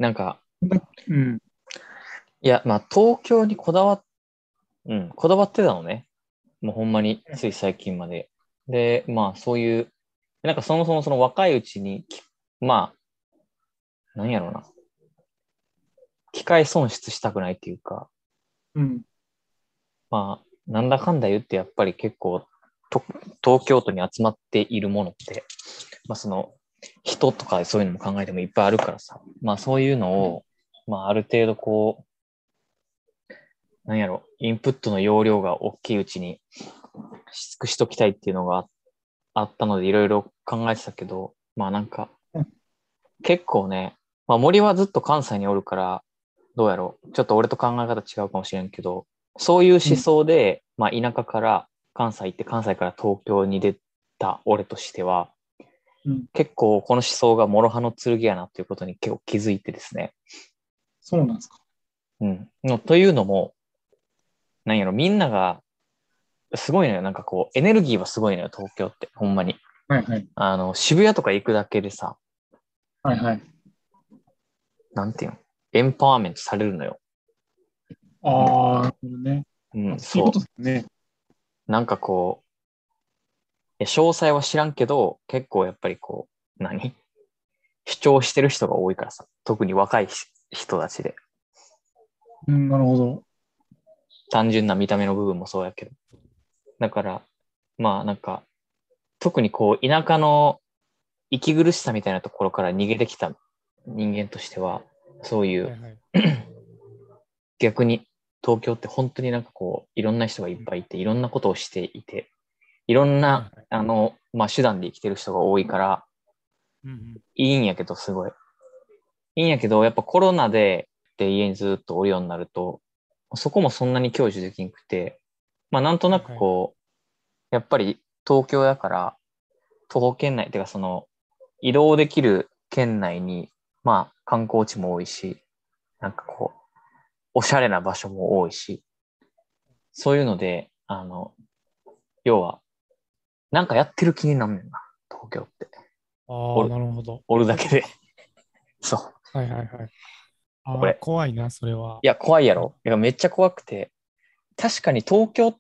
なんか、 うん。 いや、まあ、東京にこだわってたのね。もうほんまに、つい最近まで。で、まあ、そういう、なんかそもそもその若いうちに、まあ、なんやろうな。機会損失したくないっていうか、 うん。 まあ、なんだかんだ言ってやっぱり結構、と東京都に集まっているものって、まあその、人とかそういうのも考えてもいっぱいあるからさ、まあそういうのを、まあある程度こう、なんやろ、インプットの容量が大きいうちにし尽くしときたいっていうのがあったのでいろいろ考えてたけど、まあなんか、結構ね、まあ森はずっと関西におるから、どうやろう。ちょっと俺と考え方違うかもしれんけど、そういう思うん。 想で、まあ田舎から関西行って関西から東京に出た俺としては、 うん。 結構この思想が諸刃の剣やなということに結構気づいてですね。 そうなんですか。 うん。というのも、なんやろ、みんながすごいのよ。なんかこう、エネルギーはすごいのよ、東京って。ほんまに。 はいはい。 渋谷とか行くだけでさ、 はいはい。 なんていうの、エンパワーメントされるのよ。 ああ、なるほどね。 うん、 いいことそですね。 う。なんかこう、詳細は知らんけど、結構やっぱりこう、主張してる人が多いからさ、特に若い人たちで。 うん、なるほど。 単純な見た目の部分もそうやけど。だから、まあなんか、特にこう、田舎の息苦しさみたいなところから逃げてきた人間としては、そういうはいはい。 逆に東京って本当になんかこう、いろんな人がいっぱいいて、いろんなことをしていて、いろんな、 はいはい。 まあ手段で生きてる人が多いから、 うんうん。 いいんやけど、すごい。いいんやけど、やっぱコロナで家にずっとおるようにnaると、そこもそんなに享受できんくて、まあなんとなくはいはい。 こう、やっぱり東京やから、徒歩圏内、てかその、移動できる県内に、まあ観光地も多いし、なんかこう、おしゃれな場所も多いし、そういうので、要は、なんかやってる気になんねんな、東京って。 ああ、 おる、 なるほど。 おるだけで。そう、 はいはいはい。ああ、 これ。 怖いな、それは。 いや、怖いやうん。 ろ。いや、めっちゃ怖くて、確かに東京って、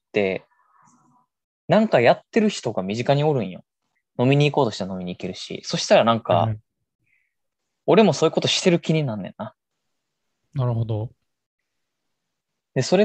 なんかやってる人が身近におるんよ。飲みに行こうとしたら飲みに行けるし、そしたらなんか、 はいはい。 俺もそういうことしてる気になんねんな。 なるほど。 で、それって、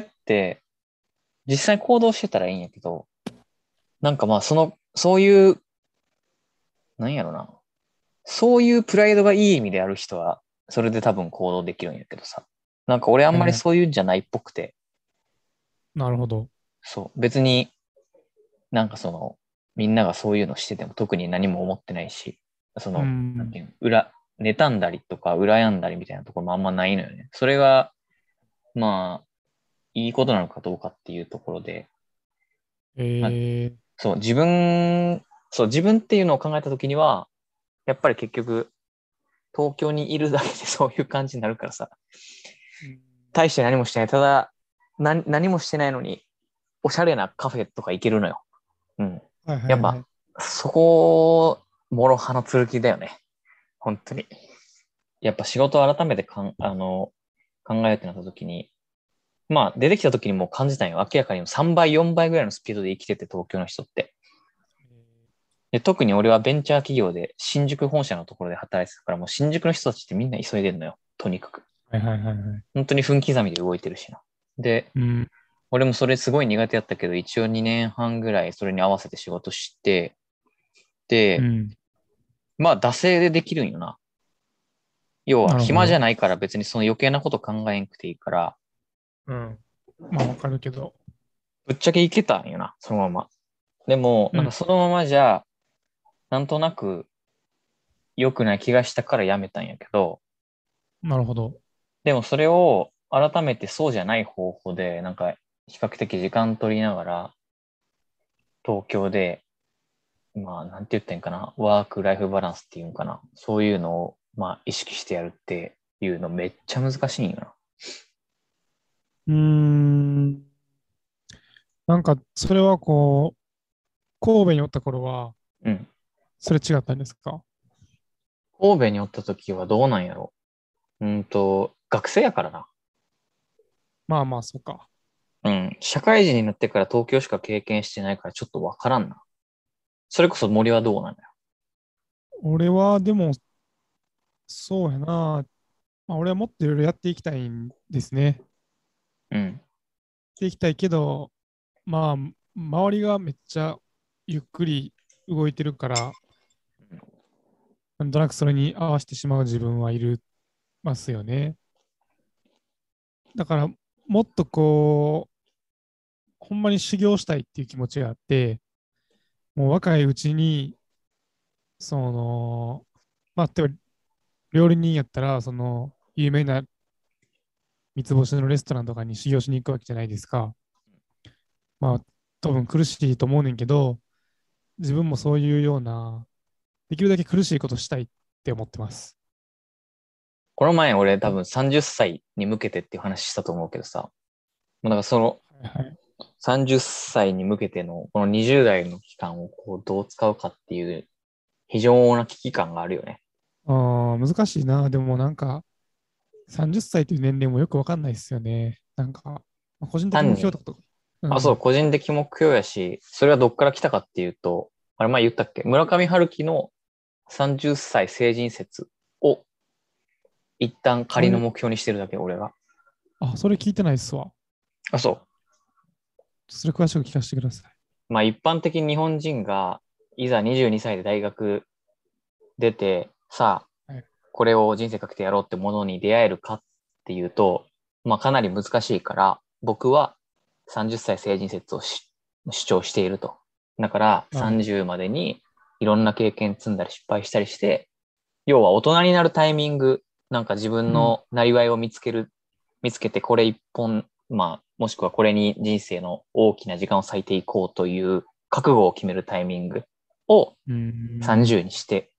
実際行動してたらいいんやけど、なんかまあ、そういう、なんやろな。そういうプライドがいい意味である人は、それで多分行動できるんやけどさ。なんか俺あんまりはいはい。 そういうんじゃないっぽくて、 なるほど。 そう。別になんかその、みんながそういうのしてても特に何も思ってないし、 うなんてん。 いうの、妬んだりとか羨んだりみたいなところもあんまないのよね。それが、まあ、いいことなのかどうかっていうところで、まあ、 ええ。 そう、自分っていうのを考えたときには、やっぱり結局、東京にいるだけでそういう感じになるからさ、 うん。 大して何もしてない。ただ、何もしてないのに、おしゃれなカフェとか行けるのよ。うん。 はいはやっぱ、 いはい。 そこ、諸刃の剣だよね。本当に。やっぱ仕事を改めて考えようってなった時に、まあ、出てきた時にもう感じたんよ。明らかに3倍、4倍ぐらいのスピードで生きてて、東京の人って。で、特に俺はベンチャー企業で新宿本社のところで働いてたから、もう新宿の人たちってみんな急いでんのよ。とにかく。 はいはいはいはい。 本当に分刻みで動いてるしな。で、 うん。 俺もそれすごい苦手やったけど、一応2年半ぐらいそれに合わせて仕事して、で、 うん。 まあ、惰性でできるんよな。要は、 なるほど。 暇じゃないから別にその余計なこと考えんくていいから、 うん。まあ、わかるけど。 ぶっちゃけいけたんよな、そのまま。でも、 うん。 なんかそのままじゃ、なんとなく良くない気がしたからやめたんやけど、 なるほど。 でもそれを改めてそうじゃない方法で、なんか比較的時間取りながら、東京で、まあ、なんて言ってんかな、ワークライフバランスっていうんかな、そういうのを、まあ、意識してやるっていうのめっちゃ難しいんよな。 うーん。なんか、それはこう、神戸におった頃は、 うん。 それ違ったんですか？ 神戸におった時はどうなんやろ。 学生やからな。 まあまあ、そうか。 うん。社会人になってから東京しか経験してないからちょっとわからんな。それこそ森はどうなんだよ。 俺は、でも、そうやな。まあ、俺はもっといろいろやっていきたいんですね。やっうん。 ていきたいけど、まあ、周りがめっちゃゆっくり動いてるから、なんとなくそれに合わせてしまう自分はいるますよね。だから、もっとほんまに修行したいっていう気持ちがあって、もう若いうちに、その、まあ、例えば料理人やったら、有名な三つ星のレストランとかに修行しに行くわけじゃないですか。まあ、多分苦しいと思うねんけど、自分もそういうような、できるだけ苦しいことしたいって思ってます。 この前俺多はい分30歳に向けてっていう話したと思うけどさ、もうなんかそのはい。 30歳に向けてのこの20代の期間をこうどう使うかっていう非常な危機感があるよね。 難しいな。でもなんか、30歳という年齢もよくわかんないですよね。なんか、まあ個人的目単に、 標とかと。うそう、 ん。 個人的目標やし、それはどっから来たかっていうと、あれ前言ったっけ村上春樹の30歳成人説を一旦仮のそれ、 目標にしてるだけ、俺が。 それ聞いてないっすわ。 あ、そそれ詳しく聞かせてください。 う。まあ一般的に日本人がいざ22歳で大学出て、さあ、 はい。 これを人生かけてやろうってものに出会えるかっていうと、まあかなり難しいから、僕は30歳成人説を主張していると。だからなるほど。 30までにいろんな経験積んだり失敗したりして、要は大人になるタイミング、なんか自分うん。 のなりわいを見つけてこれ一本、まあもしくはこれに人生の大きな時間を割いていこうという覚悟を決めるタイミングをうん。 30にして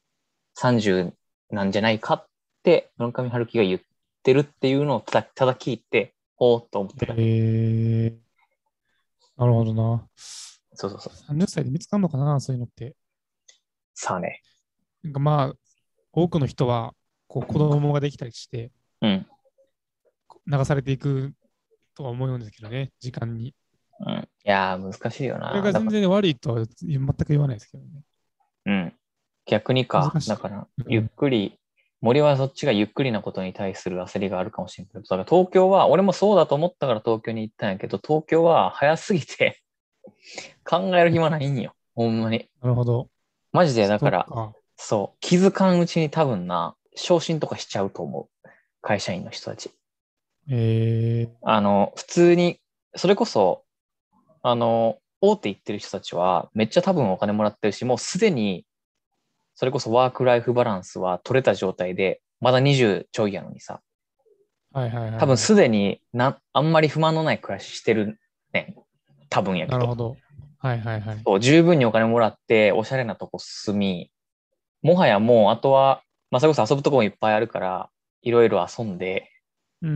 30なんじゃないかって村上春樹が言ってるっていうのをただ聞いて、おーっと思っただけ。 なるほどな。 そうそうそう。 30歳で見つかるのかな、そういうのって。 さあね。 なんかまあ、多くの人は、子供ができたりして、 うん。 流されていくとは思うんですけどね、時間に。 うん。いやー、難しいよな。 それが全然悪いとは全く言わないですけどね。 うん。逆にか。 難しい。 だから、ゆっうん。 くり、森はそっちがゆっくりなことに対する焦りがあるかもしれないけど、だから東京は、俺もそうだと思ったから東京に行ったんやけど、東京は早すぎて考える暇ないんよ。ほんまに。 なるほど。 マジで、だから、 そっか。 そう、気づかんうちに多分な、昇進とかしちゃうと思う。会社員の人たち。 え普通に、それこそ、大手行ってる人たちは、めっちゃ多分お金もらってるし、もうすでに、それこそワークライフバランスは取れた状態で、まだ20ちょいやのにさ、 はいはいはいはい。 多分すでにあんまり不満のない暮らししてるね。多分やけど。 なるほど。はいはいはい。 そう、十分にお金もらって、おしゃれなとこ住み、もはやもう、あとは、まあ、それこそ遊ぶとこもいっぱいあるから、いろいろ遊んで、 うん。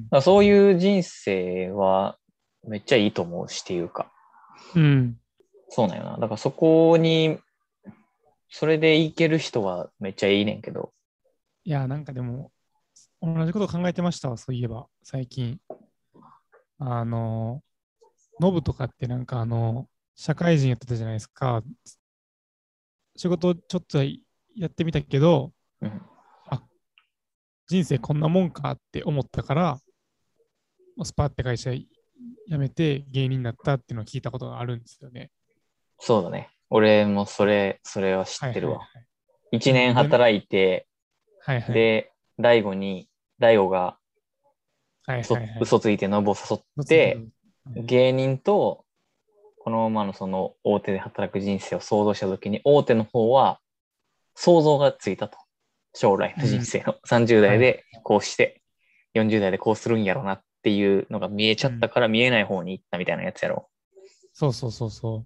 だからそういう人生はめっちゃいいと思うしっていうか、 うん。 そうなんよな。だからそこに、それでいける人はめっちゃいいねんけど、 いや、なんかでも、同じこと考えてましたわ、そういえば、最近。あの、ノブとかってなんか社会人やってたじゃないですか。仕事ちょっとやってみたけど、 うん、 あ、人生こんなもんかって思ったから、もうスパって会社辞めて芸人になったっていうのを聞いたことがあるんですよね。 そうだね。俺もそれは知はいってるわ。 はいはい。 一うん、で、 年働いて、 はいはい。 で、大悟がはいはいはい。 嘘ついてノブを誘っどついてくて、 る。はいはい。 芸人とこのままのその大手で働く人生を想像したときに、大手の方は想像がついたと。将来の人うん。 生の30代はいはい。 でこうして、40代でこうするんやろうなっていうのが見えちゃっうん。 たから見えない方に行ったみたいなやつやろ。 そうそうそうそう。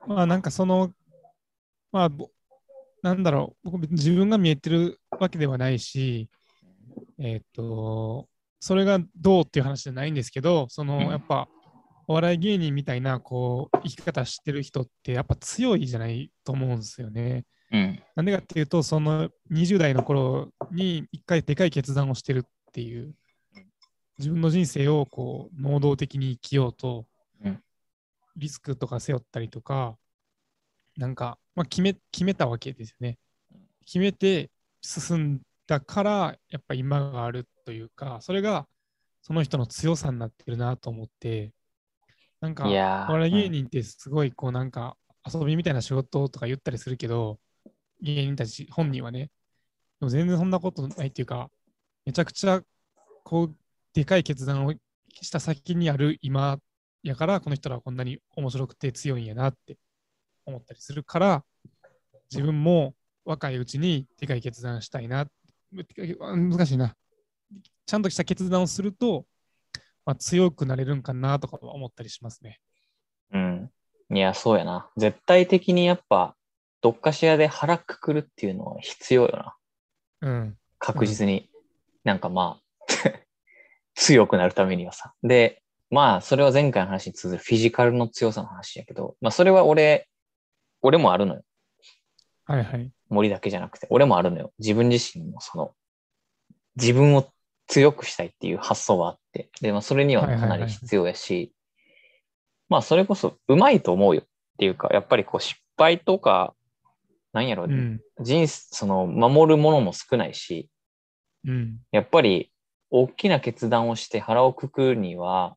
まあなんかまあ、なんだろう、僕別に自分が見えてるわけではないし、えっと、それがどうっていう話じゃないんですけど、やっうん。 ぱ、お笑い芸人みたいな、生き方してる人って、やっぱ強いじゃないと思うんですよね。 うん。 なんでかっていうと、その20代の頃に一回でかい決断をしてるっていう、自分の人生をこう能動的に生きようと、 うん。 リスクとか背負ったりとか、なんか、まあ、決めたわけですよね。決めて進んだから、やっぱ今があるというか、それがその人の強さになってるなと思って、なんいか、おやー、うん。 笑い芸人ってすごい、こうなんか、遊びみたいな仕事とか言ったりするけど、芸人たち本人はね、でも全然そんなことないっていうか、めちゃくちゃ、こう、でかい決断をした先にある今やから、この人らはこんなに面白くて強いんやなって思ったりするから、自分も若いうちにでかい決断したいな。難しいな。ちゃんとした決断をすると、まあ、強くなれるんかなとかは思ったりしますね。 うん。いや、そうやな。絶対的にやっぱ、どっかしらで腹くくるっていうのは必要よな。 うん。うん。 確実に。なんかまあ、強くなるためにはさ。で、まあ、それは前回の話に通ずるフィジカルの強さの話やけど、まあ、それは俺もあるのよ。 はいはい。 森だけじゃなくて、俺もあるのよ。自分自身の自分を強くしたいっていう発想はあって。で、まあ、それにははいかはいはい。 なり必要やし、まあ、それこそうまいと思うよっていうか、やっぱりこう失敗とか、なんやろ、 うん。 守るものも少ないし、 うん。 やっぱり大きな決断をして腹をくくるには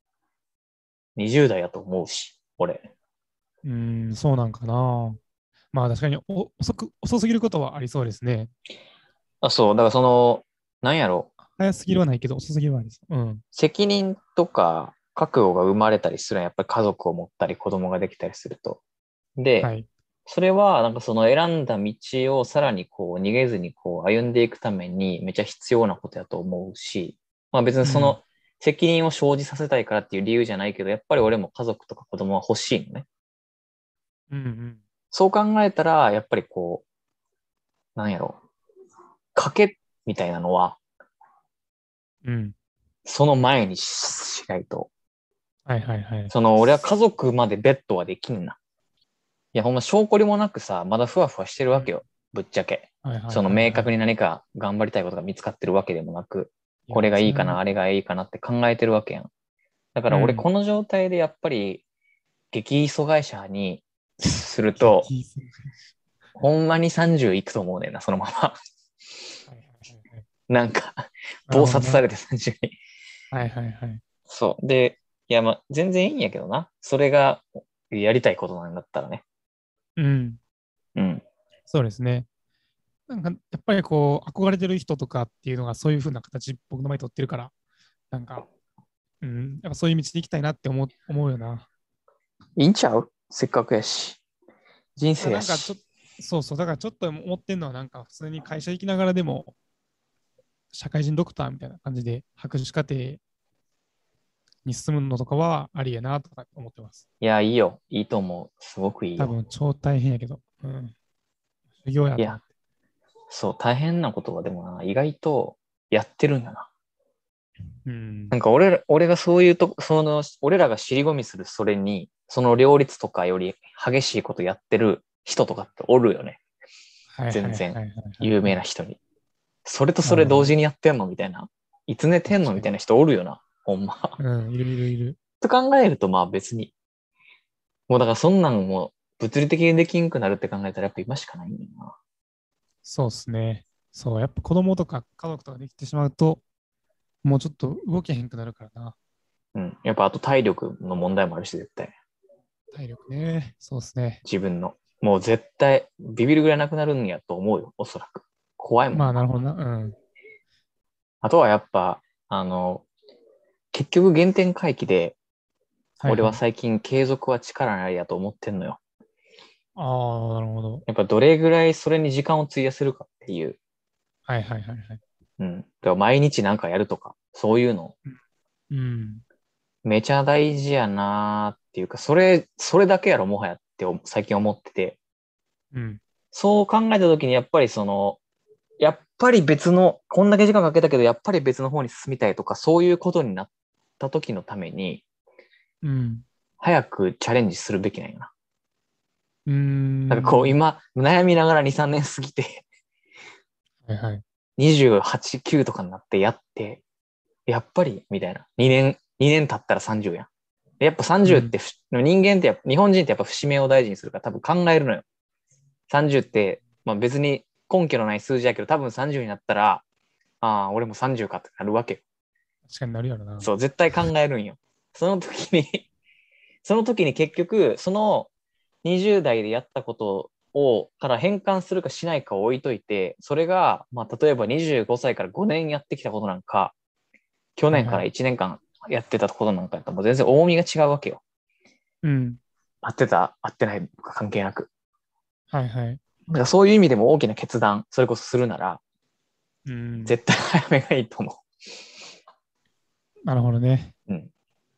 20代やと思うし、俺。 うん、そうなんかな。まあ確かに遅すぎることはありそうですね。 あ、そう、だからなんやろ、 早すぎるはないけど、遅すぎるはありそう。うん。 責任とか覚悟が生まれたりするのはやっぱり家族を持ったり子供ができたりすると。で、 はい。 それはなんかその選んだ道をさらにこう逃げずにこう歩んでいくためにめちゃ必要なことやと思うし、まあ別にうん。 その責任を生じさせたいからっていう理由じゃないけど、やっぱり俺も家族とか子供は欲しいのね。 うんうん。 そう考えたら、やっぱりこう、なんやろ、賭けみたいなのは、 うん。 その前にしないと。 はいはいはい。 俺は家族までベッドはできんな。いや、ほんま証拠りもなくさ、まだふわふわしてるうん。 わけよ。ぶっちゃけ。 はいはいそのはいはい。 明確に何か頑張りたいことが見つかってるわけでもなく、 いや、 これがいいかな、 間違いない。 あれがいいかなって考えてるわけやん。だから俺うん。 この状態でやっぱり激阻害者にすると、 激すぎ。 ほんまに30いくと思うねんな、そのまま。 はいはいはいはい。 なんか、 なるほどな。 暴殺されて30に。 はいはいはい。 そう。で、いや、まあ、全然いいんやけどな。それがやりたいことなんだったらね。 うん。 うん。 そうですね。なんか、やっぱりこう、憧れてる人とかっていうのがそういう風な形、僕の前に取ってるから、なんか、うん、やっぱそういう道で行きたいなって思うよな。 いいんちゃうせっかくやし。人だからなんか生やし。 そうそう、だからちょっと思ってんのは、なんか普通に会社行きながらでも、社会人ドクターみたいな感じで、博士課程に進むのとかはありやなとか思ってます。 いや、いいよ。いいと思う。すごくいいよ。 多分超大変やけど、うん、修行やいや、 と思って。 そう、大変なことはでもな、意外とやってるんだな。 うん。 なんか俺がそういうと、俺らが尻込みするそれに、その両立とかより激しいことやってる人とかっておるよね。 はいは全然。 いはいはいはい有はい。 名な人に。それとそれなるほどね。 同時にやってんのみたいな。いつ寝てんの確かに。 みたいな人おるよな。ほんま。 うん、いるいるいる。 と考えると、まあ別に。もうだからそんなんも物理的にできんくなるって考えたらやっぱ今しかないんだよな。 そうっすね。そう、やっぱ子供とか家族とかできてしまうと、もうちょっと動けへんくなるからな。 うん。やっぱあと体力の問題もあるし、絶対。 体力ね。そうっすね。 自分の。もう絶対ビビるぐらいなくなるんやと思うよ。おそらく。怖いもんな。 まあなるほどな。うん。 あとはやっぱ、結局原点回帰で、俺ははいはい。 最近継続は力なりやと思ってんのよ。 ああ、なるほど。 やっぱどれぐらいそれに時間を費やせるかっていう。 はいはいはいはい。 うん。だから毎日なんかやるとか、そういうのうん。 めちゃ大事やなーっていうか、それだけやろ、もはやって最近思ってて。 うん。 そう考えたときに、やっぱりやっぱり別の、こんだけ時間かけたけど、やっぱり別の方に進みたいとか、そういうことになった時のために、 うん。 早くチャレンジするべきなんやな。 うーなんかこうん。 今悩みながら2、3年過ぎてはいはい。 28、9とかになってやって、やっぱりみたいな。2年経ったら30やん。やっぱ30っうん。 て人間って日本人ってやっぱ節目を大事にするから多分考えるのよ。30って、まあ別に根拠のない数字やけど多分30になったら、ああ、俺も30かってなるわけよ。 確かになるやろな。 そう、絶対考えるんよ。その時にその時に結局、その20代でやったことをから変換するかしないかを置いといて、それが、まあ、例えば25歳から5年やってきたことなんか、去年からはいはい。 1年間やってたことなんかやったらもう全然重みが違うわけよ。 うん。 合ってた、合ってないか関係なく。 はいはい。 だからそういう意味でも大きな決断、それこそするなら、 うん。 絶対早めがいいと思なるほどね。 う。うん。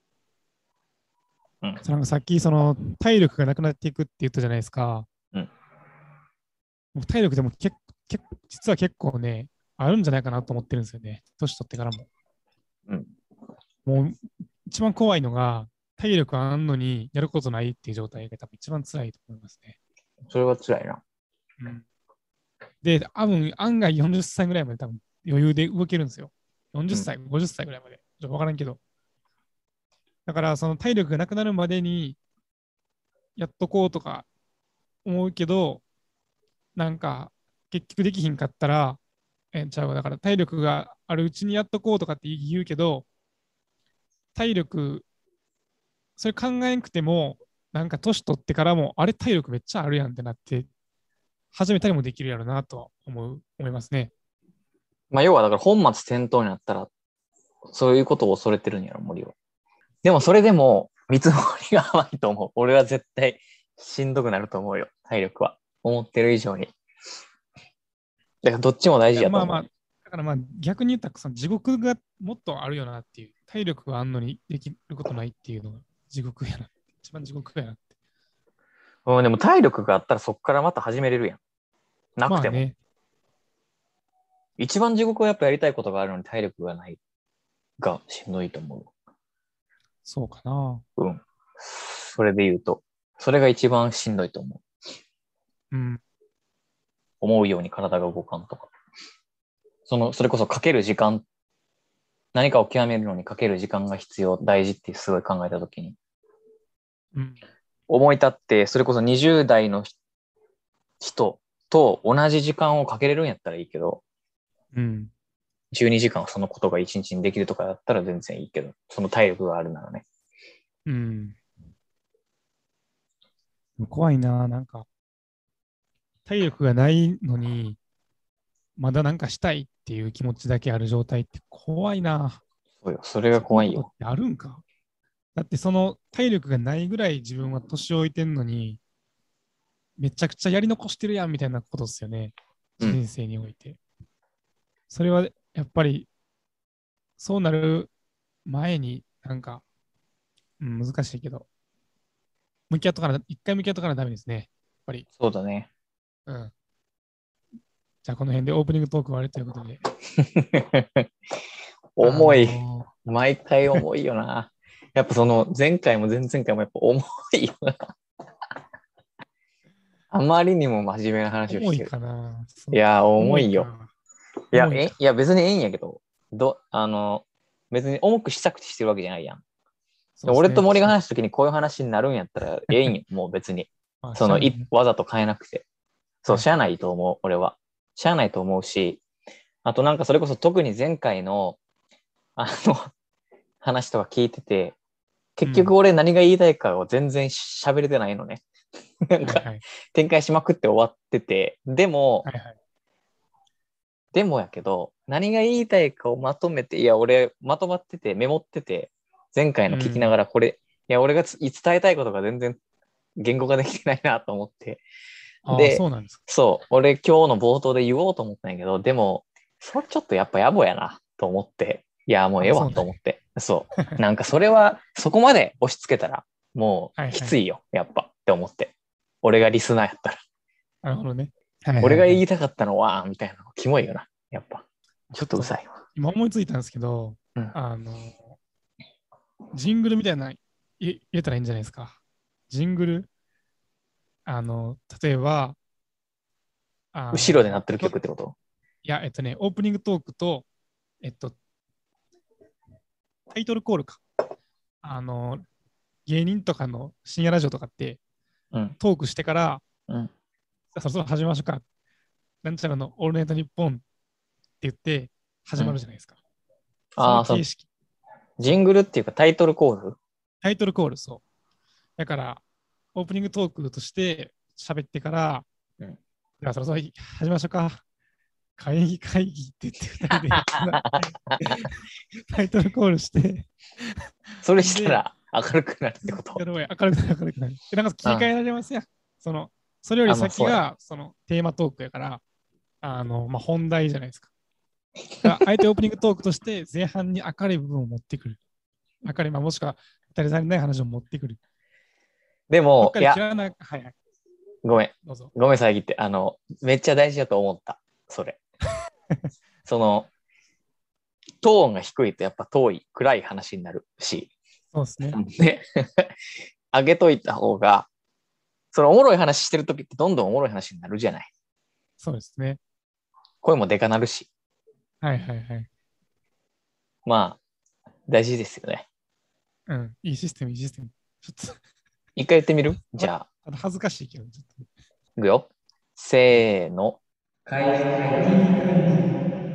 うん。 なんかさっきその体力がなくなっていくって言ったじゃないですか。 うん。 僕体力でも実は結構ね、あるんじゃないかなと思ってるんですよね。年取ってからも。 うん。 もう一番怖いのが、体力あんのにやることないっていう状態が多分一番辛いと思いますね。 それは辛いな。 うん、で、多分案外40歳ぐらいまで多分余裕で動けるんですよ。40 うん。 歳、50歳ぐらいまで。ちょっとわからんけど。だからその体力がなくなるまでにやっとこうとか思うけど、なんか結局できひんかったら、ちゃうわだから体力があるうちにやっとこうとかって言うけど、体力、それ考えんくても、なんか年取ってからも、あれ体力めっちゃあるやんってなって、始めたりもできるやろなとは思いますね。 まあ要はだから本末転倒になったら、そういうことを恐れてるんやろ、森は。でもそれでも見積もりが甘いと思う。俺は絶対しんどくなると思うよ、体力は。思ってる以上に。だからどっちも大いや、まあまあ、 事やと思う。 だからまあ逆に言ったらその地獄がもっとあるよなっていう、体力があんのにできることないっていうのが地獄やな。一番地獄やなって。 うん、でも体力があったらそこからまた始めれるやん。なくても。 まあね、 一番地獄はやっぱやりたいことがあるのに体力がないがしんどいと思そうかな。 う。うん。それで言うと。それが一番しんどいと思う。 うん。 思うように体が動かんとか。それこそかける時間、何かを極めるのにかける時間が必要、大事ってすごい考えたときに、 うん。 思い立って、それこそ20代の人と同じ時間をかけれるんやったらいいけど、 うん。 12時間そのことが1日にできるとかだったら全然いいけど、その体力があるならね。 うん。怖いな。なんか、体力がないのに、まだなんかしたいっていう気持ちだけある状態って怖いな。 そうよ。それがそんな怖いよ。 ことってあるんか？だってその体力がないぐらい自分は年老いてんのに、めちゃくちゃやり残してるやんみたいなことですよね。 うん。 人生において。それはやっぱりそうなる前になんか、難しいけど、一回向き合っとかなダメですね。やっぱり。 そうだね。 うん。じゃあこの辺でオープニングトーク終わりということで、あ重い。 の毎回重いよな。やっぱその前回も前々回もやっぱ重いよな。あまりにも真面目な話をしてる。 重いかな。そうか。 いや、重重いいよ。 か。 いや、 重いか。 いや別にええんやけど、別に重くしたくてしてるわけじゃないやん。俺とそうですね。 森が話すときにこういう話になるんやったらええんよ。もう別に。 まあ、しゃあないね。 わざと変えなくて。そう、 はいはい。 しゃあないと思う、俺は。しゃあないと思うし、あとなんかそれこそ特に前回の、あの、話とか聞いてて、結局うん。 俺何が言いたいかを全然喋れてないのね。なんか、 はいはい。 展開しまくって終わってて、 はいはい。 でもやけど、何が言いたいかをまとめて、いや、俺、まとまってて、メモってて、前回の聞きなうん。 がらこれ、いや、俺が伝えたいことが全然言語化できてないなと思って。 ああ、そで、 うなんですか。 そう、俺今日の冒頭で言おうと思ったんやけど、でも、それちょっとやっぱ野暮やなと思って、いや、もうええあ、そわうなんや。 と思って。そう。なんかそれは、そこまで押し付けたら、もはいはい。 うきついよ、やっぱって思って。俺がリスナーやったら。 なるほどね。はいは俺いはい。 が言いたかったのは、みたいなのキモいよな、やっぱ。ちょっとうちょっと、 さいわ。 今思いついたんですけど、 うん。 あの、ジングルみたいな入れたらいいんじゃないですか。ジングル例えば、 後ろで鳴ってる曲ってこと？ いや、オープニングトークと、タイトルコールか。あの、芸人とかの深夜ラジオとかって、 うん。 トークしてから、 うん。 そろそろ始めましょうか。なんちゃらのオールナイトニッポンって言って始まるうん。 じゃないですか。そああ、その、 の形式。そう。 ジングルっていうかタイトルコール？ タイトルコール、そう。だから、オープニングトークとして喋ってから、 うん。 ではそろそろ始めましょうか。会議って言って2人でタイトルコールして、 それしたで、 ら明るくなるってこと？ やばい、明るくなる、明るくなる。で、なんか切り替えあられますやん。それよりまあそうやな。 先が、テーマトークやから、まあ、本題じゃないですか。あえてオープニングトークとして前半に明るい部分を持ってくる。明るい、まあ、もしくは当たり障りない話を持ってくる。どっでも、いや、 かで切らない、はいはい。 ごめん。 どうぞ。 ごめん、遮って。めっちゃ大事だと思った。それ。その、トーンが低いとやっぱ遠い、暗い話になるし。 そうですね。 で、上げといた方が、そのおもろい話してるときってどんどんおもろい話になるじゃない。 そうですね。 声もでかなるし。 はいはいはい。 まあ、大事ですよね。 うん。いいシステム、いいシステム。ちょっと一回言ってみる？じゃあ、 恥ずかしいけど、ちょっと。 いくよ。せーの。 快適会議。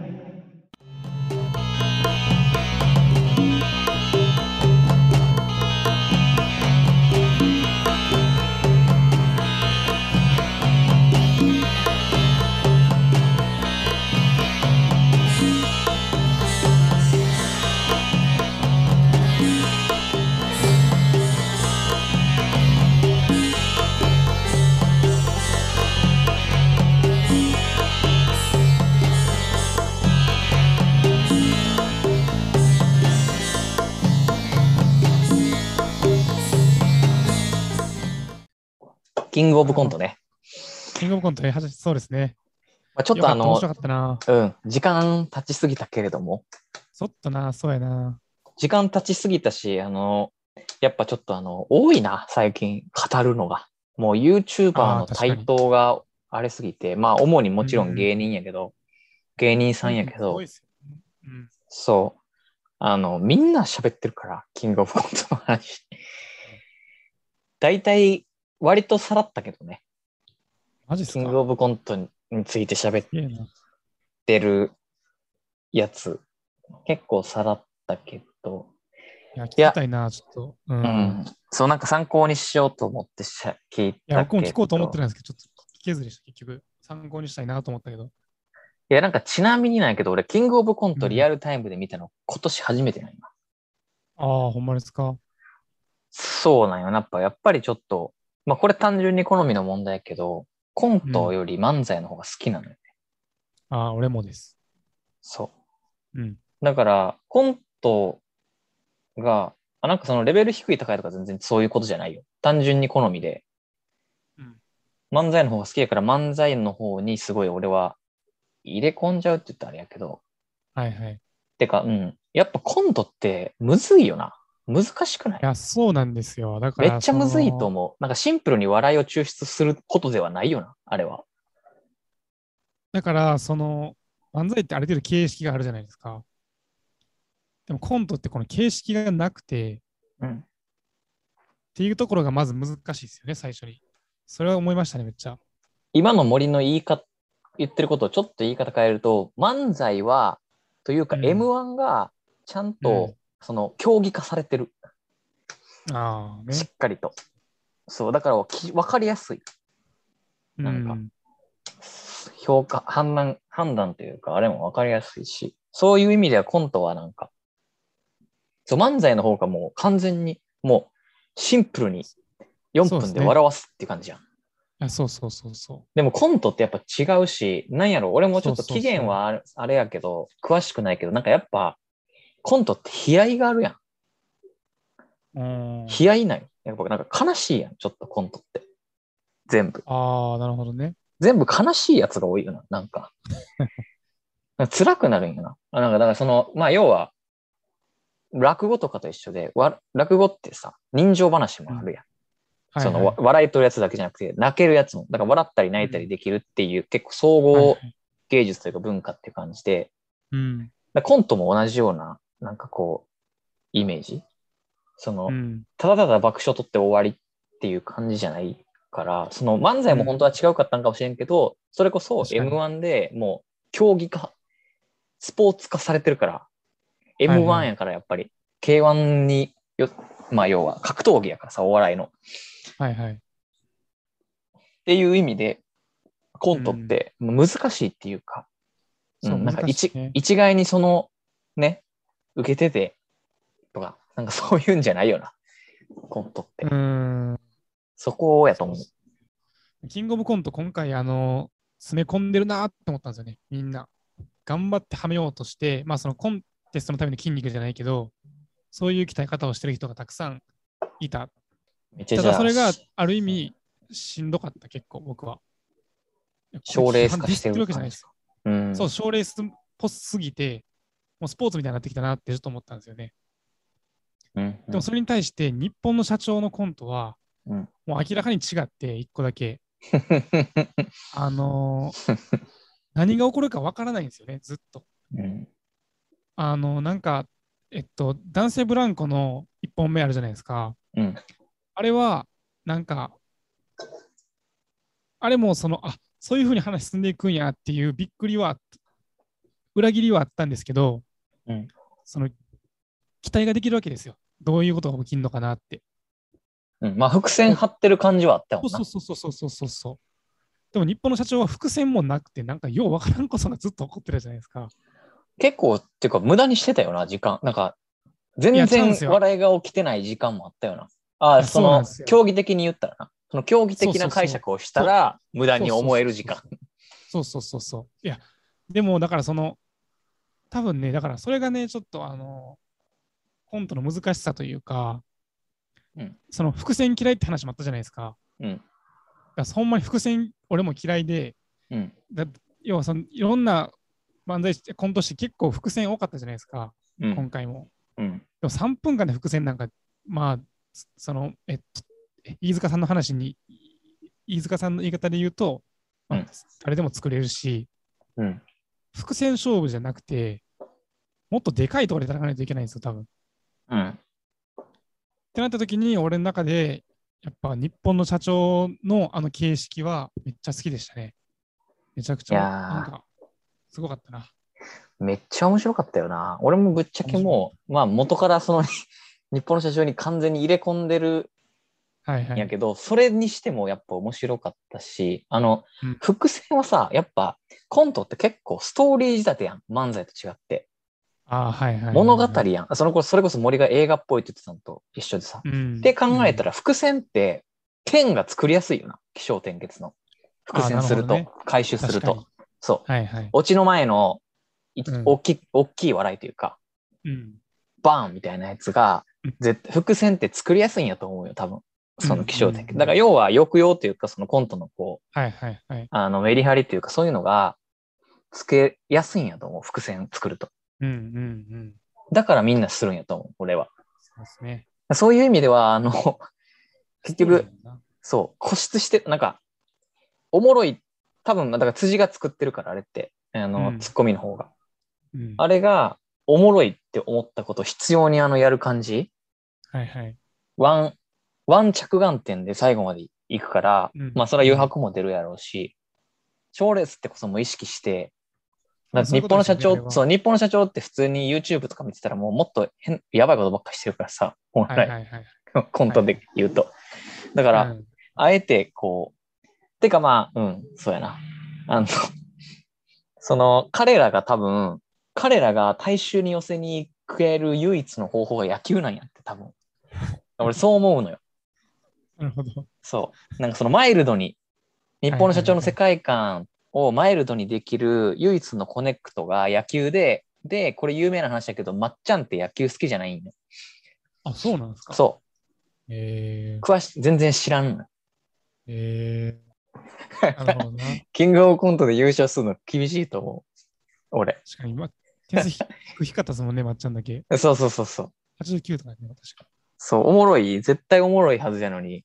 キングオブコントね。 キングオブコント、そうですね。 まあ、ちょっよかった、面と白かったな。 時間経ちすぎたけれども、 ちょっとな、そうやな。 時間経ちすぎたし、やっぱちょっと多いな、最近語るのが。もう YouTuber ああ、 の台確かに。 頭があれすぎて、まあ主にもちろん芸うん。 人やけど、芸人さん最近やけど、 すごいですよね。うん。 そう、みんな喋ってるから、キングオブコントの話。大体、割とさらったけどね、 マジっすか？ キングオブコントについて喋っすげえな。 てるやつ、結構さらったけど、 いや、聞いや、 きたいな、ちょっと。ううん。 ん、そうなんか参考にしようと思って聞いいや、僕も聞たけこうと思ってど、 たんですけど、ちょっと聞けずでした、結局。参考にしたいなと思ったけど。 いやなんかちなみになんやけど、俺、キングオブコンうん。 トリアルタイムで見たの今年初めてなんや。 ああ、ほんまですか？ そうなんよ。やっぱりちょっと、まあこれ単純に好みの問題やけど、コンうん。 トより漫才の方が好きなのよね。 ああ、俺もです。 そうん。 う。だから、コントが、なんかそのレベル低い高いとか全然そういうことじゃないよ。単純に好みで、 うん。 漫才の方が好きやから漫才の方にすごい俺は入れ込んじゃうって言ったらあれやけど、 はいはい。いてか、うん。やっぱコントってむずいよな。難しくない？ や、そうなんですよ。だかめっら、 ちゃむずいと思う。なんかシンプルに笑いを抽出することではないよな、あれは。 だから、漫才ってある程度形式があるじゃないですか。でもコントってこの形式がなくて、っうん。 ていうところがまず難しいですよね、最初に。それは思いましたね、めっちゃ。 今の森の言ってることをちょっと言い方変えると、漫才は、というかうん。 M1 がちゃんと、 うん。 競技化されてる。 ああ、 しね。 っかりと。そう、だからわかりやすい。 うなんか、 ん。 判断というか、あれもわかりやすいし、そういう意味ではコントはなんか、漫才の方がもう完全に、もうシンプルに4分でそうですね。 笑わすっていう感じじゃん。 そうそうそうそでもコントってやっぱ違うし、なんやろ、俺う。 もちょっと期限はあれやけど、詳しくないけど、なんかやっぱ、コントって悲哀があるやん。 うん。 悲哀ない。やっぱなんか悲しいやん、ちょっとコントって。全部。 ああ、なるほどね。 全部悲しいやつが多いよな、なんか。なんか辛くなるんやな。なんかだからまあ要は、落語とかと一緒で、落語ってさ、人情話もうん。 あるやん。 そのはいはい。 笑い取るやつだけじゃなくて、泣けるやつも、だから笑ったり泣いたりできるっていう、結構総合はいはい。 芸術というか文化っていう感じで、 うん。 だからコントも同じような、なんかこう、イメージ。その、 うん。 ただただ爆笑取って終わりっていう感じじゃないから、その漫才も本当は違うかったんかもしれんけど、それこそ確かに。 M1 でもう競技化、スポーツ化されてるから、 はいは M1 い。 やからやっぱり K1 にまあ要は格闘技やからさ、お笑いの。っはいはい。 ていう意味で、コントっうん。 て難しいっていうか、 そう、 なんか難しいね。 一概にその、ね、受けててとか、なんかそういうんじゃないよな、コントっうーて。 ん。 そこやとそう思う。 キングオブコント、今回、詰め込んでるなって思ったんですよね、みんな。頑張ってはめようとして、まあ、そのコンテストのための筋肉じゃないけど、そういう鍛え方をしてる人がたくさんいた。ためっちゃじゃあ、 だそれがある意味しんどかった、結構僕は。いやこれ賞レース批判ディスって化してるるわけじゃないです。 感じか。うん。 そう、賞レースっぽすぎて、もうスポーツみたいになってきたなってずっと思ったんですよね。 うん。 でもそれに対して日本の社長のコントはうん。 もう明らかに違って一個だけ、あのー何が起こるかわからないんですよね、ずっと。 うん。 なんか、男性ブランコの1本目あるじゃないですか。 うん。 あれは、なんか、あれもそういうふうに話進んでいくんやっていうびっくりは、裏切りはあったんですけど、 うん。 その期待ができるわけですよ。どういうことが起きるのかなって。 うん。まあ、伏線でも張ってる感じはあったもんな。 そうそうそうそうそうそうそう。でも日本の社長は伏線もなくて、なんかようわからんことがずっと起こってるじゃないですか。 結構、っていうか、無駄にしてたよな、時間。なんか、 いや、 全然チャンスよ。 笑いが起きてない時間もあったよな。ああ、 いや、 その、 そうなんですよ。 競技的に言ったらな。その競技そう的なそうそう。 解釈をしたそうら、無駄にそうそう思える時間。 そうそう。そうそうそうそう。いや、でも、だから多分ね、だからそれがね、ちょっとコントの難しさというか、 うん。 その伏線嫌いって話もあったじゃないですか。 うん。 だからほんまに伏線、俺も嫌いで、 うん。 だ要はいろんな漫才師、コント師結構伏線多かったじゃないですか、 うん。 今回も。 うん。 でも3分間で伏線なんか、まあ、飯塚さんの話に、飯塚さんの言い方で言うと、まあ、 うん。 誰でも作れるし、 うん。 伏線勝負じゃなくて、もっとでかいところで戦わないといけないんですよ、多分。っうん。 てなった時に、俺の中で、やっぱ日本の社長のあの形式はめっちゃ好きでしたね。めちゃくちいゃなんやか、すごかったな。 ー、めっちゃ面白かったよな。俺もぶっちゃけ面白い。 もう、まあ元からその日本の社長に完全に入れ込んでるはいはい。 んやけど、それにしてもやっぱ面白かったし、 うん。 伏線はさ、やっぱコントって結構ストーリー仕立てやん。漫才と違って。 ああ、はいはいは物語いはい。 やん。それこそ森が映画っぽいって言ってたのと一緒でさ。 うん。 って考うん。 えたら伏線って点が作りやすいよな。起承転結の。伏ああ、な線すると、 るほどね。 回収すると。 確かに。 そう。 はいはい。 オチの前のうん。 大きい笑いというか、 うん。 バーンみたいなやつが、 うん。 絶対伏線って作りやすいんやと思うよ、多分。そのうん。 起承転結。だからうん。 要は抑揚というか、そのコントのこう、 はいはいはい。 メリハリというか、そういうのがつけやすいんやと思う。伏線作ると。 うんうんうん。 だからみんなするんやと思う、俺は。 そうですね。 そういう意味では、 ストーリー結局、 やもんな。 そう、固執して、なんか、おもろい、多分、だから辻が作ってるから、あれって、ツッコミの方が。 うん。 あれが、おもろいって思ったこと、必要にやる感じ、 はいはい。 ワン、ワン着眼点で最後まで行くから、 うん。 まあ、それは余うん。 白も出るやろうし、賞レースってこそも意識して、だまあ、 って日そういうことですよね、あれは。 日本の社長って普通に YouTube とか見てたらもうもっとやばいことばっかりしてるからさ、本来、 はいはいはい。 コントで言うと。だから、 うん。 あえてこう、てかまあ、そうやな。あの、彼らが多分、彼らが大衆に寄せに行ける唯一の方法が野球なんやって多分。俺そう思うのよ。 なるほど。 そう。なんかそのマイルドに、日はい本の社長の世はいはい。 界観をマイルドにできる唯一のコネクトが野球で、これ有名な話だけど、まっちゃんって野球好きじゃないんよ。 あ、そうなんですか。 そう。 え全然知らんの。 なるほどな。 キングオブコントで優勝するの厳しいと思う。俺。 確かに、点数低かったですもんね、まっちゃんだけ。 そうそうそうそう。 89とかね、確か。 そう、おもろい、絶対おもろいはずやのに、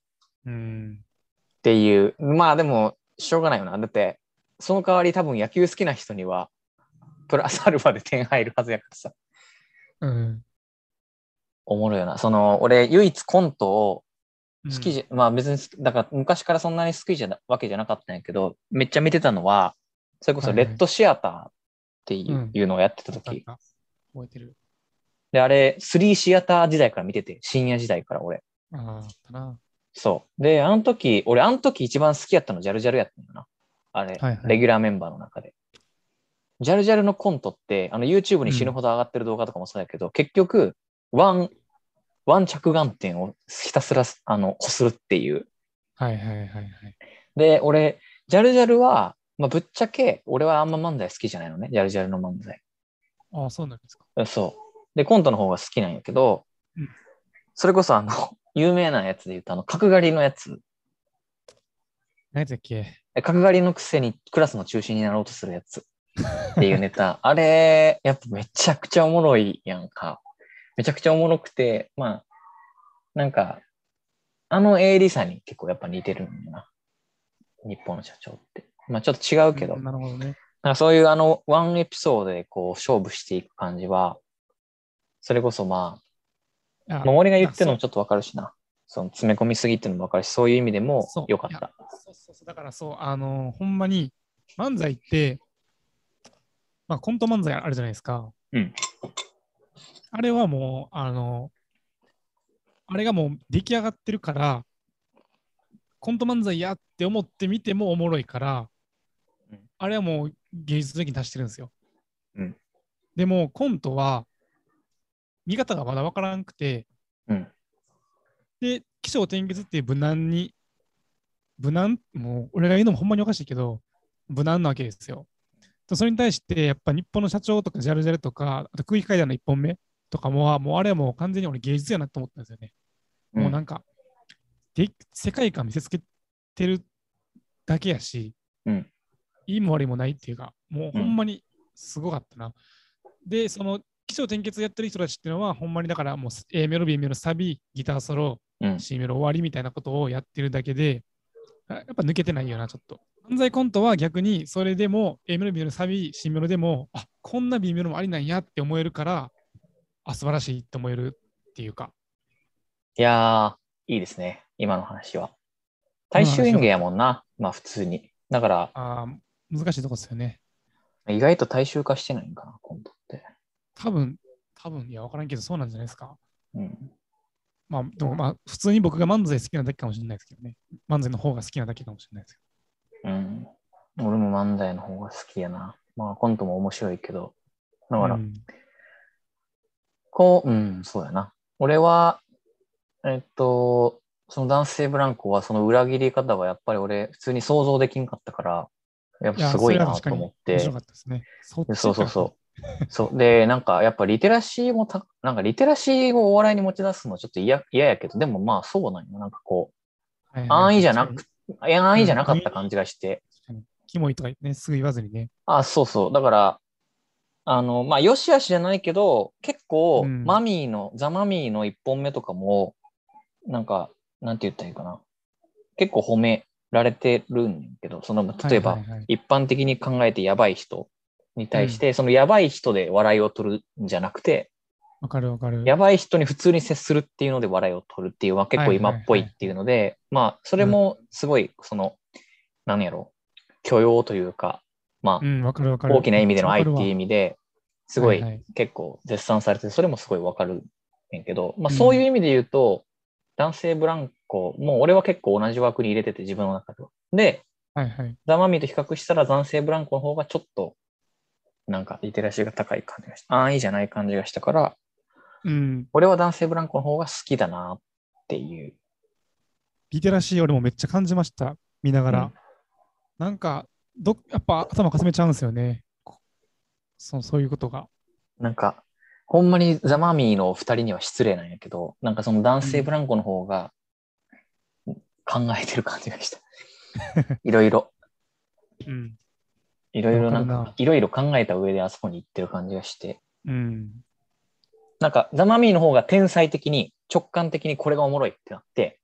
うん。 っていう。まあでも、しょうがないよな。だって、その代わり多分野球好きな人には、プラスアルファで点入るはずやからさ。 うん。 おもろいよな。俺、唯一コントをうん好きじゃ、まあ別に、だから昔からそんなに好きじゃなわけじゃなかったんやけど、めっちゃ見てたのは、それこそはいはいレッドシアターっていう,、 うんのをやってた時。 あったあった覚えてる。 で、あれ、3シアター時代から見てて、深夜時代から俺。 ああ、あったな。 そう。で、俺あの時一番好きやったのジャルジャルやったんだな。あれ、 はいはいレギュラーメンバーの中で。ジャルジャルのコントって、YouTube に死ぬうんほど上がってる動画とかもそうやけど、結局、ワン着眼点をひたすら、こするっていう。 はいはいはいはい。 で、俺、ジャルジャルは、まあ、ぶっちゃけ、俺はあんま漫才好きじゃないのね。ジャルジャルの漫才。 ああ、そうなんですか。 そう。で、コントの方が好きなんやけど、 うんそれこそ有名なやつで言うと、角刈りのやつ。 何やったっけ。 角刈りのくせにクラスの中心になろうとするやつっていうネタ。あれ、やっぱめちゃくちゃおもろいやんか。めちゃくちゃおもろくて、まあ、なんか、鋭利さに結構やっぱ似てるんだな。日本の社長って。まあちょっと違うけど、 なるほどね。 なんかそういうワンエピソードでこう勝負していく感じは、それこそまあ、俺が言ってるのもちょっとわかるしな。その詰め込みすぎっていうのもわかるし、そういう意味でも良かった。 そう。だからそう、ほんまに漫才って、まあコント漫才あるじゃないですか。 うん。 あれはもう、あれがもう出来上がってるから、コント漫才やって思ってみてもおもろいから、 うんあれはもう芸術的に達してるんですよ。 うん。 でもコントは見方がまだ分からんくて、 うん。 で、起承転結っていう無難、もう俺が言うのもほんまにおかしいけど、無難なわけですよ。それに対して、やっぱ日本の社長とかジャルジャルとか、あと空気階段の1本目とかもうあれはもう完全に俺芸術やなと思ったんですよね。もうなんか、世界観見せつけてるだけやし、 うん。 いいも悪いもないっていうか、もうほんまにすごかったな。で、その起承転結やってる人たちっていうのは、ほんまにだからもう A メロ、B メロ、サビ、ギターソロ、C メロ終わりみたいなことをやってるだけで、やっぱ抜けてないよな、ちょっと。漫才コントは逆にそれでも A メロ、B メロ、サビ、C メロでも、あ、こんな B メロもありなんやって思えるから、あ、素晴らしいって思えるっていうか。 いやー、いいですね。今の話は。大衆演芸やもんな。まあ普通に。だから、 難しいとこですよね。 意外と大衆化してないんかな、コントって。 多分、いや、わからんけど、そうなんじゃないですか。 うん。 まあ、でもまあ、普通に僕が漫才好きなだけかもしれないですけどね。漫才の方が好きなだけかもしれないですけど。うん。俺も漫才の方が好きやな。まあコントも面白いけど。だから、そうやな。俺は、その男性ブランコはその裏切り方はやっぱり俺普通に想像できんかったから、やっぱすごいなと思って。 面白かったですね。 そう。で、なんかやっぱリテラシーをお笑いに持ち出すのちょっと嫌やけど、でもまあそうなんよ。なんかこう、安易じゃなかった感じがして。 キモいとかね、すぐ言わずにね。 そうそう。だから、まあ、よしあしじゃないけど、結構、ザ・マミーの1本目とかも、なんか、なんて言ったらいいかな。結構褒められてるんだけど、例えば、一般的に考えてやばい人に対して、そのやばい人で笑いを取るんじゃなくて、 わかる。 やばい人に普通に接するっていうので笑いを取るっていうのは結構今っぽいっていうので、まあ、それもすごい、何やろう、許容というか、まあ、大きな意味での愛っていう意味で、すごい結構絶賛されて、それもすごいわかるんやけど、まあそういう意味で言うと、男性ブランコ、もう俺は結構同じ枠に入れてて自分の中では。で、ザ・マミーと比較したら男性ブランコの方がちょっと、なんかリテラシーが高い感じがした。安易じゃない感じがしたから、俺は男性ブランコの方が好きだなっていう。 リテラシー俺もめっちゃ感じました。見ながら。なんか、やっぱ頭かすめちゃうんですよね。そういうことが。 なんか、ほんまにザ・マミーの2人には失礼なんやけど、なんかその男性ブランコの方が考えてる感じがした。いろいろ。いろいろなんか、いろいろ考えた上であそこに行ってる感じがして。なんか、ザ・マミーの方が天才的に、直感的にこれがおもろいってなって、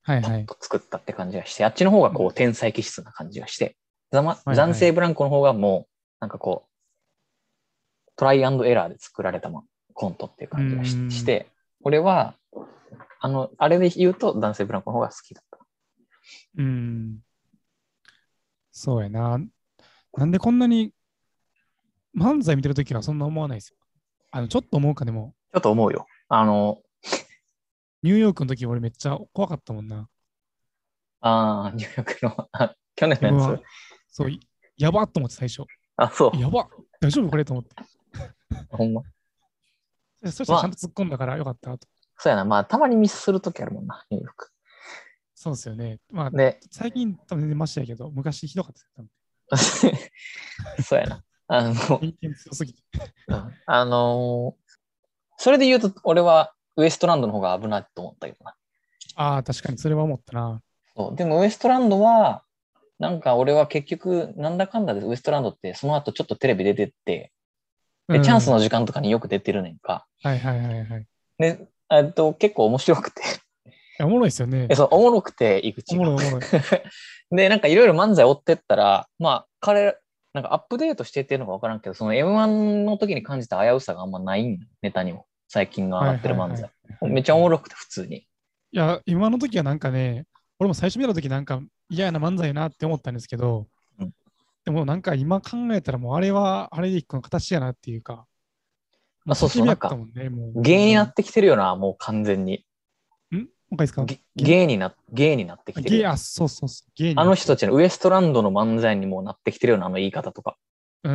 パッはいはい。 と作ったって感じがして、あっちの方がこう天才気質な感じがして、暫はい。 定ブランコの方がもう、なんかこう、トライアンドエラーで作られたコントっていううー感じがしん。 て、俺は、あれで言うと男性ブランコの方が好きだった。 うーん。そうやな。なんでこんなに漫才見てるときはそんな思わないですよ。ちょっと思うかでも、 ちょっと思うよ。 ニューヨークの時俺めっちゃ怖かったもんな。 ニューヨークの、去年のやつ。 M1。そう、やばっと思って最初。 あ、そう。 やばっ大丈夫これと思って。 ほんま。 そしたらちゃんまあ、 と突っ込んだからよかったと。 そうやな。まあ、たまにミスするときあるもんな、ニューヨーク。 そうですよね。まあ、 で、 最近多分全然マシやけど、昔ひどかったですよ。 そうやな。 偏見強すぎて。 うんそれで言うと、俺はウエストランドの方が危ないと思ったけどな。 ああ、確かにそれは思ったな。 そうでもウエストランドは、なんか俺は結局、なんだかんだでウエストランドってその後ちょっとテレビ出てって、で、チャンスうん。 の時間とかによく出てるねんか。 はいはいはいはい。 で、結構面白くておもろいですよね。 そう、おもろくて、井口が。 おもろいおもろい。 で、なんかいろいろ漫才追ってったら、まあ、なんかアップデートしてっていうのかわからんけど、その M1 の時に感じた危うさがあんまないんよネタにも。最近の上はいがってはいはい。 る漫才。めっちゃおもろくて、普通に。 いや、今の時はなんかね、俺も最初見た時なんか嫌な漫才やなって思ったんですけど、 うん、 でもなんか今考えたらもうあれはあれで一個の形やなっていうか、もうそうそう、 叫びやなんか、 ったもんね、もうほんまに。 芸になってきてるよな、もう完全に。 もう一回ですか芸になってきてるよな。 そうそうそう、芸にあなってる。 の人たちのウエストランドの漫才にもなってきてるような、あの言い方とか。 うん。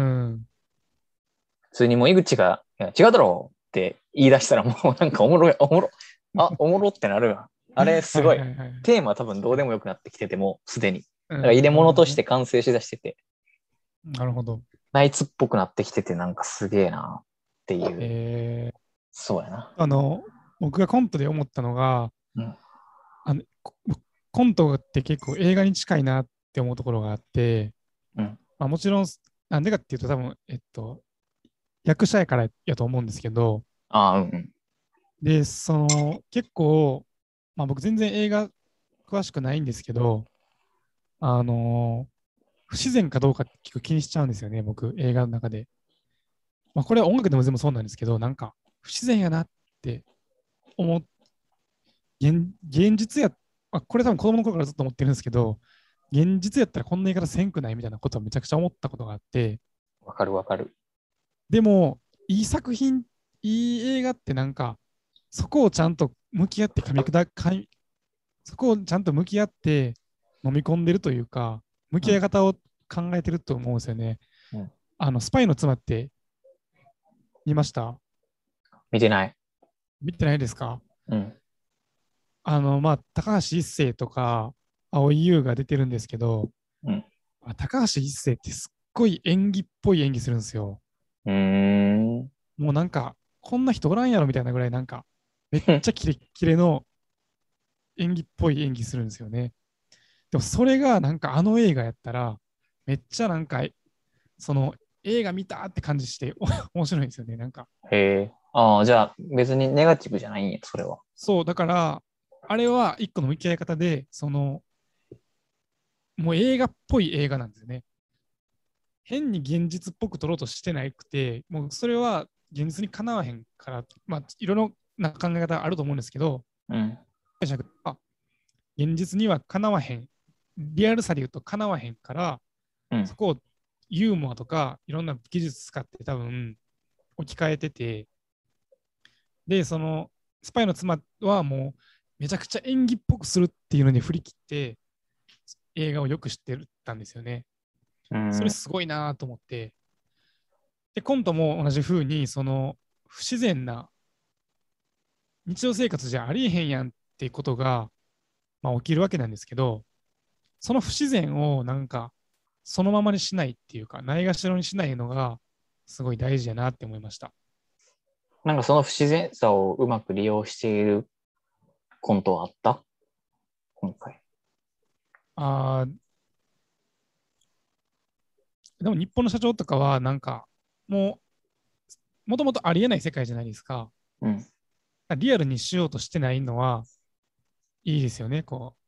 普通にもう井口が、いや、違うだろうって言い出したらもうなんかおもろい、おもろ、おもろってなるよ。あれすごい。 はいはいはい。 テーマは多分どうでもよくなってきてても、すでに。だからうん、 入れ物となるほどね。 して完成しだしてて、 なるほど。 ナイツっぽくなってきてて、なんかすげえなっていう。 えそうやな。 僕がコントで思ったのが、 うん。 あの、コントって結構映画に近いなって思うところがあって、 うん。 まあ、もちろん、なんでかっていうと多分、役者やからやと思うんですけど、 ああ、うん。 で、結構、まあ僕全然映画詳しくないんですけど、あの不自然かどうか結構気にしちゃうんですよね、僕、映画の中で。まあこれは音楽でも全部そうなんですけど、なんか不自然やなって思っ、現実や、これ多分子供の頃からずっと思ってるんですけど、現実やったらこんな言い方せんくないみたいなことはめちゃくちゃ思ったことがあって、 わかるわかる。 でも、いい作品、いい映画ってなんか、そこをちゃんと向き合ってそこをちゃんと向き合って飲み込んでるというか、向き合いうん。 方を考えてると思うんですよね。 うん。 スパイの妻って見ました？ 見てない。 見てないですか？ うん。 まあ、高橋一生とか、蒼井優が出てるんですけど、 うん。 高橋一生ってすっごい演技っぽい演技するんですよ。 うーん。 もうなんか、こんな人おらんやろみたいなぐらい、なんか、めっちゃキレッキレの演技っぽい演技するんですよね。でもそれがなんかあの映画やったら、めっちゃなんか、その映画見たって感じして面白いんですよね。なんか、 へえ。ああ、じゃあ別にネガティブじゃないんや、それは。 そう、だから、あれは一個の向き合い方で、もう映画っぽい映画なんですよね。変に現実っぽく撮ろうとしてなくて、もうそれは現実にかなわへんから、まあ、いろいろな考え方あると思うんですけど、 うん。 現実にはかなわへん。リアルさで言うとかなわへんから、 うん。 そこをユーモアとかいろんな技術使って多分置き換えてて、で、スパイの妻はもうめちゃくちゃ演技っぽくするっていうのに振り切って映画をよく知ってたんですよね。 うん。 それすごいなと思って。で、コントも同じ風に、不自然な日常生活じゃありえへんやんっていうことが、まあ、起きるわけなんですけど、その不自然をなんかそのままにしないっていうか、ないがしろにしないのがすごい大事やなって思いました。 なんかその不自然さをうまく利用しているコントはあった今回。 あでも日本の社長とかはなんかもともとありえない世界じゃないですか。 うん。 リアルにしようとしてないのはいいですよね。こ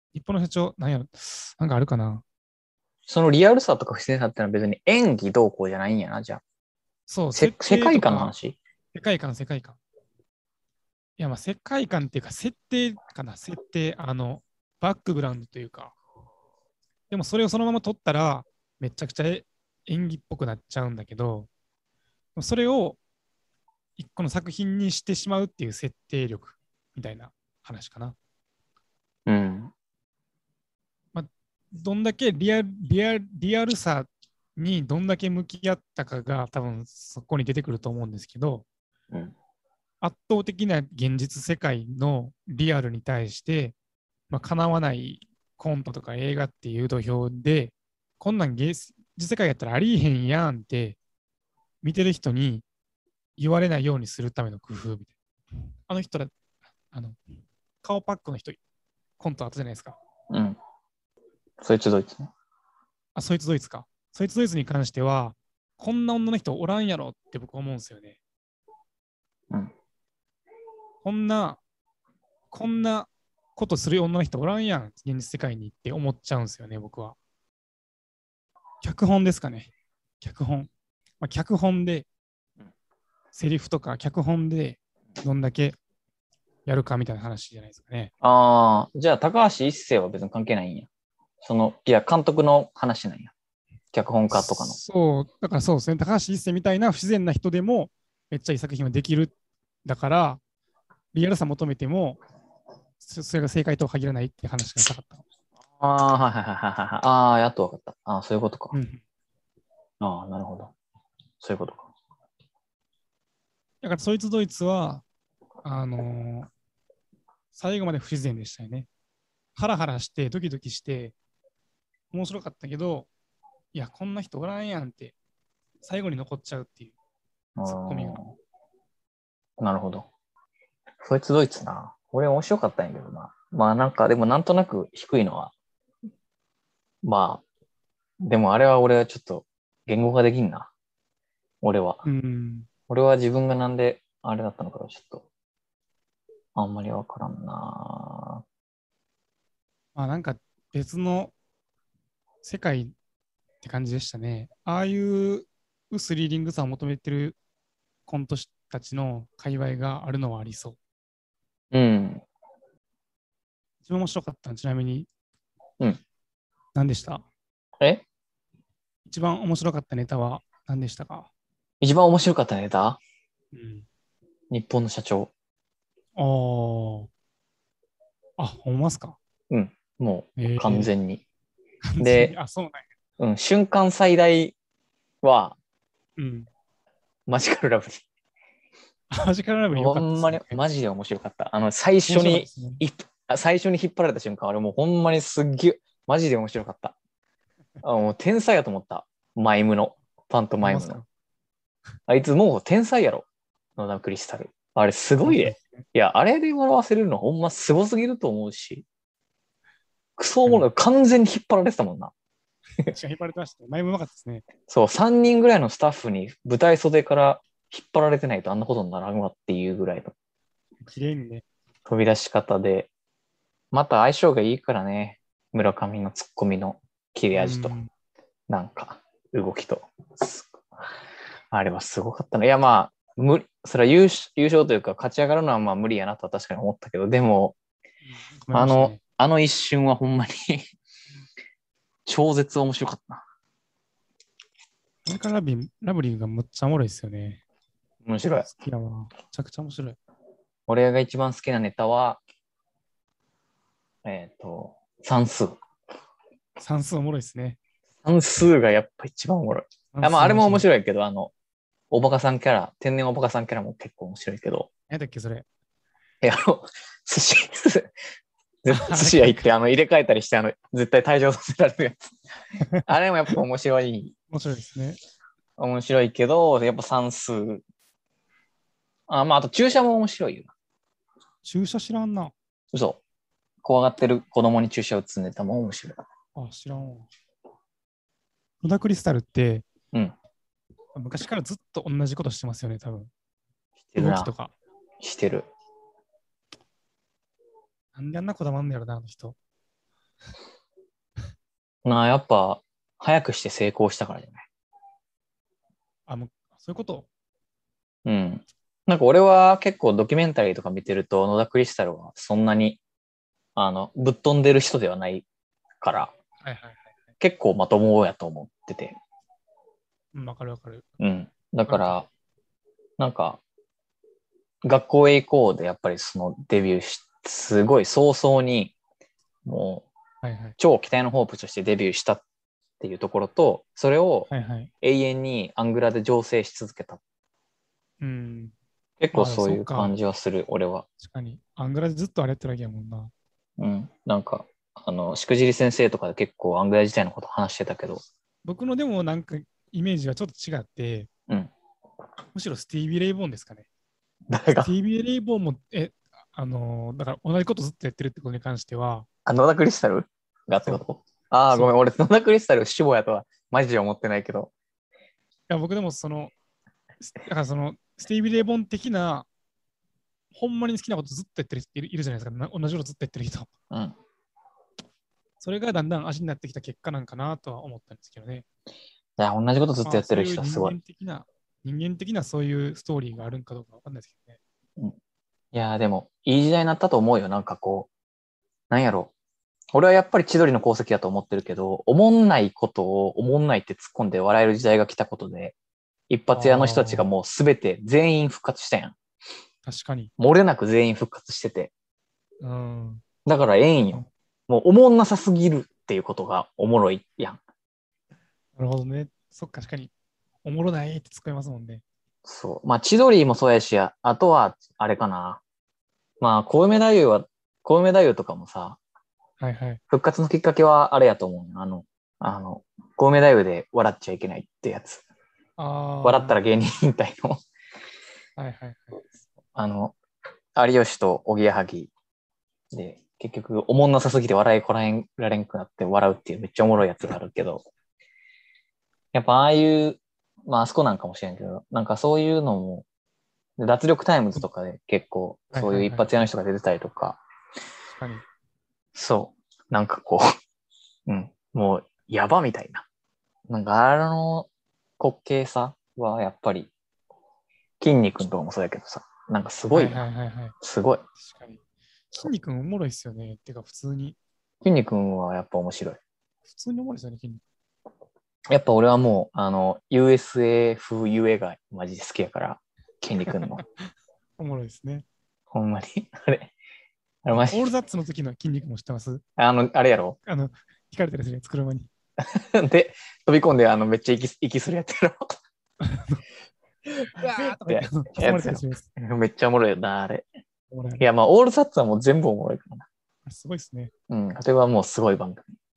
日本の社長、なんやろ、なんかあるかな。 そのリアルさとか不自然さってのは別に演技どうこうじゃないんやな、じゃあ。 そう、 世設定界とか、 観の話。 世界観、世界観。いや、まあ、世界観っていうか、設定かな、設定、バックグラウンドというか、でもそれをそのまま撮ったら、めちゃくちゃ演技っぽくなっちゃうんだけど、それを一個の作品にしてしまうっていう設定力みたいな話かな。 うん。 まあ、どんだけリアルさにどんだけ向き合ったかが多分そこに出てくると思うんですけど、 うん。 圧倒的な現実世界のリアルに対して、まあ、叶わないコントとか映画っていう土俵で、こんなん実世界やったらありえへんやんって見てる人に言われないようにするための工夫みたいな。あの人ら、あの、顔パックの人、コントあったじゃないですか。 うん。そいつドイツね。 あ、そいつドイツか。そいつドイツに関しては、こんな女の人おらんやろって僕は思うんですよね。 うん。 こんな、こんなことする女の人おらんやん、現実世界にって思っちゃうんですよね、僕は。脚本ですかね。脚本。まあ、脚本で、セリフとか脚本でどんだけやるかみたいな話じゃないですかね。 ああ、じゃあ高橋一生は別に関係ないんや。いや、監督の話なんや。脚本家とかの。 そう、だからそうですね。高橋一生みたいな不自然な人でもめっちゃいい作品はできる。だから、リアルさ求めても、それが正解とは限らないって話がしたかった。 ああ、はいはいはいはいはい。ああ、やっとわかった。ああ、そういうことか。 うん。 ああ、なるほど。そういうことか。 だからそいつドイツは、最後まで不自然でしたよね。ハラハラして、ドキドキして、面白かったけど、いや、こんな人おらんやんって、最後に残っちゃうっていうツッコミが。 なるほど。そいつドイツな。俺面白かったんやけどな。まあなんか、でもなんとなく低いのは、まあ、でもあれは俺はちょっと言語化できんな。俺は。 うん。 俺は自分がなんであれだったのかちょっと、あんまりわからんな。 まあなんか別の世界って感じでしたね。ああいうスリリングさを求めてるコント師たちの界隈があるのはありそう。 うん。 一番面白かったのちなみにうん。 何でした？ え一番面白かったネタは何でしたか？ 一番面白かったネタうん。 日本の社長。 ああ。あ、ほんますか？ うん。もう完全に。 完全に。 で、 あ、そうなんや。 瞬間最大はうん。 マジカルラブリー。 マジカルラブリー良ほんまに、 かったですね。 マジで面白かった。最面初に、 白かったですね。 最初に引っ張られた瞬間、あれもうほんまにすっげえ、マジで面白かった。もう天才やと思った。マイムの、パントマイムの。 ほんますか？ あいつもう天才やろ。ノーダンクリスタル。あれすごいね。いや、あれで笑わせるのほんますごすぎると思うし、クソおもろい。完全に引っ張られてたもんな。 確かに引っ張られてましたね。前もうまかったですね。 そう、3人ぐらいのスタッフに舞台袖から引っ張られてないとあんなことにならんわっていうぐらいの綺麗にね。 飛び出し方で、また相性がいいからね。村上のツッコミの切れ味と、なんか、動きと。あれはすごかったね。いや、まあ、それは優勝というか、勝ち上がるのはまあ無理やなとは確かに思ったけど、でも、あの一瞬はほんまに超絶面白かったな。 それからラブリーがむっちゃおもろいですよね。 面白い。 好きやわ。めちゃくちゃ面白い。 俺が一番好きなネタは、算数。 算数おもろいですね。 算数がやっぱ一番おもろい。まあ、あれも面白いけど、おバカさんキャラ、天然おバカさんキャラも結構面白いけど。 何だっけ、それ。 寿司屋行って、入れ替えたりして、絶対退場させられるやつ。あれもやっぱ面白い。 面白いですね。 面白いけど、やっぱ算数。まあ、あと注射も面白いよな。 注射知らんな。 嘘。怖がってる子供に注射打つネタも面白い。 あ、知らんわ。野田クリスタルって、 うん。 昔からずっと同じことしてますよね、多分。 してるな。 動きとか。 してる。 なんであんなこだわんねやろな、あの人。 やっぱ、早くして成功したからじゃない。 あ、もう、そういうこと。 うん。なんか俺は結構ドキュメンタリーとか見てると、野田クリスタルはそんなに、ぶっ飛んでる人ではないから、 はいはいはい。 結構まともやと思ってて。 うん、わかるわかる。 うん。だかわら、なんか、学校へ行こうでやっぱりそのデビューし、すごい早々に、もう、 はいはい。 超期待のホープとしてデビューしたっていうところと、それをはいはい。 永遠にアングラで醸成し続けた。 うん。 結構まあ、でもそういうそっか。 感じはする、俺は。 確かに。アングラでずっとあれやってるわけやもんな。 うん。なんか、しくじり先生とかで結構アングラ自体のこと話してたけど、 僕のでもなんかイメージはちょっと違って、 うん。 むしろスティービー・レイボーンですかね。 誰がスティービー・レイボーンも、だから同じことずっとやってるってことに関しては、 野田クリスタルがってそう、 ことああ、ごめん、 そう。 俺、野田クリスタル死亡やとはマジで思ってないけど。 いや、僕でもだからスティービー・レイボーン的な、ほんまに好きなことずっとやってる人いるじゃないですか。同じことずっとやってる人。 うん。 それがだんだん味になってきた結果なんかなとは思ったんですけどね。 いや、同じことずっとまあ、 やってるそういう人はすごい。 人間的なそういうストーリーがあるんかどうかわかんないですけどね。 うん、いや、でも、いい時代になったと思うよ。なんかこう、なんやろ。俺はやっぱり千鳥の功績だと思ってるけど、おもんないことをおもんないって突っ込んで笑える時代が来たことで、一発屋の人たちがもうすべて全員復活したやん。 確かに。 漏れなく全員復活してて。 うん。 だからええんよ。もうおもんなさすぎるっていうことがおもろいやん。 なるほどね。そっか、確かに。おもろないって突っ込みますもんね。 そう。まあ、千鳥もそうやし、あとは、あれかな。まあ、小梅太夫とかもさ、 はいはい。 復活のきっかけはあれやと思うよ。小梅太夫で笑っちゃいけないってやつ。 ああ。 笑ったら芸人引退の、 はいはいはい。 あの、有吉とおぎやはぎで、結局、おもんなさすぎて笑いこらえられんくなって笑うっていうめっちゃおもろいやつがあるけど、やっぱああいう、まああそこなんかもしれんけど、なんかそういうのも、脱力タイムズとかで結構そういう一発屋の人が出てたりとか、 確かに。 そう、なんかこう、うん、もうやばみたいな。なんか滑稽さはやっぱり、筋肉とかもそうやけどさ、なんかすごいな。 はいはいはいはい。 すごい。 確かに。筋肉おもろいっすよね。てか、 筋肉はやっぱ面白い。 普通におもろいっすよね、筋肉。 やっぱ俺はもう、USA 風ゆえがマジで好きやから、筋肉の。 おもろいですね。 ほんまに。あれマジオールザッツの時の筋肉も知ってます？ あれやろ引かれたりするやつ、車に。 で、飛び込んで、めっちゃ息するやつやろうわーとか言って、挟まれたりするやつ。 めっちゃおもろいよな、あれ。 おもろいいや、まあ、オールサッツはもう全部おもろいからな。 すごいですね。 うん、あれはもうすごい番組。